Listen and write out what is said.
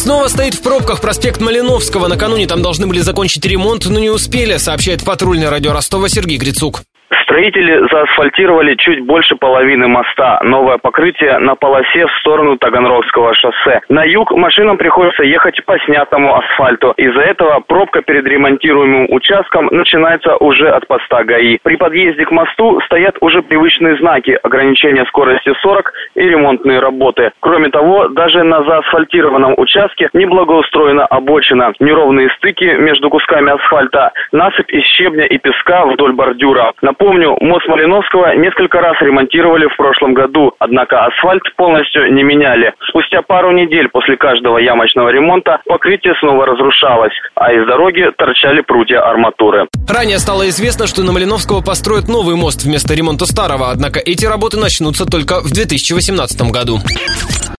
Снова стоит в пробках проспект Малиновского. Накануне там должны были закончить ремонт, но не успели, сообщает патрульное радио Ростова Сергей Грицук. Строители заасфальтировали чуть больше половины моста. Новое покрытие на полосе в сторону Таганрогского шоссе. На юг машинам приходится ехать по снятому асфальту. Из-за этого пробка перед ремонтируемым участком начинается уже от поста ГАИ. При подъезде к мосту стоят уже привычные знаки: ограничение скорости 40 и ремонтные работы. Кроме того, даже на заасфальтированном участке неблагоустроена обочина, неровные стыки между кусками асфальта, насыпь из щебня и песка вдоль бордюра. Напомню, мост Малиновского несколько раз ремонтировали в прошлом году, однако асфальт полностью не меняли. Спустя пару недель после каждого ямочного ремонта покрытие снова разрушалось, а из дороги торчали прутья арматуры. Ранее стало известно, что на Малиновского построят новый мост вместо ремонта старого, однако эти работы начнутся только в 2018 году.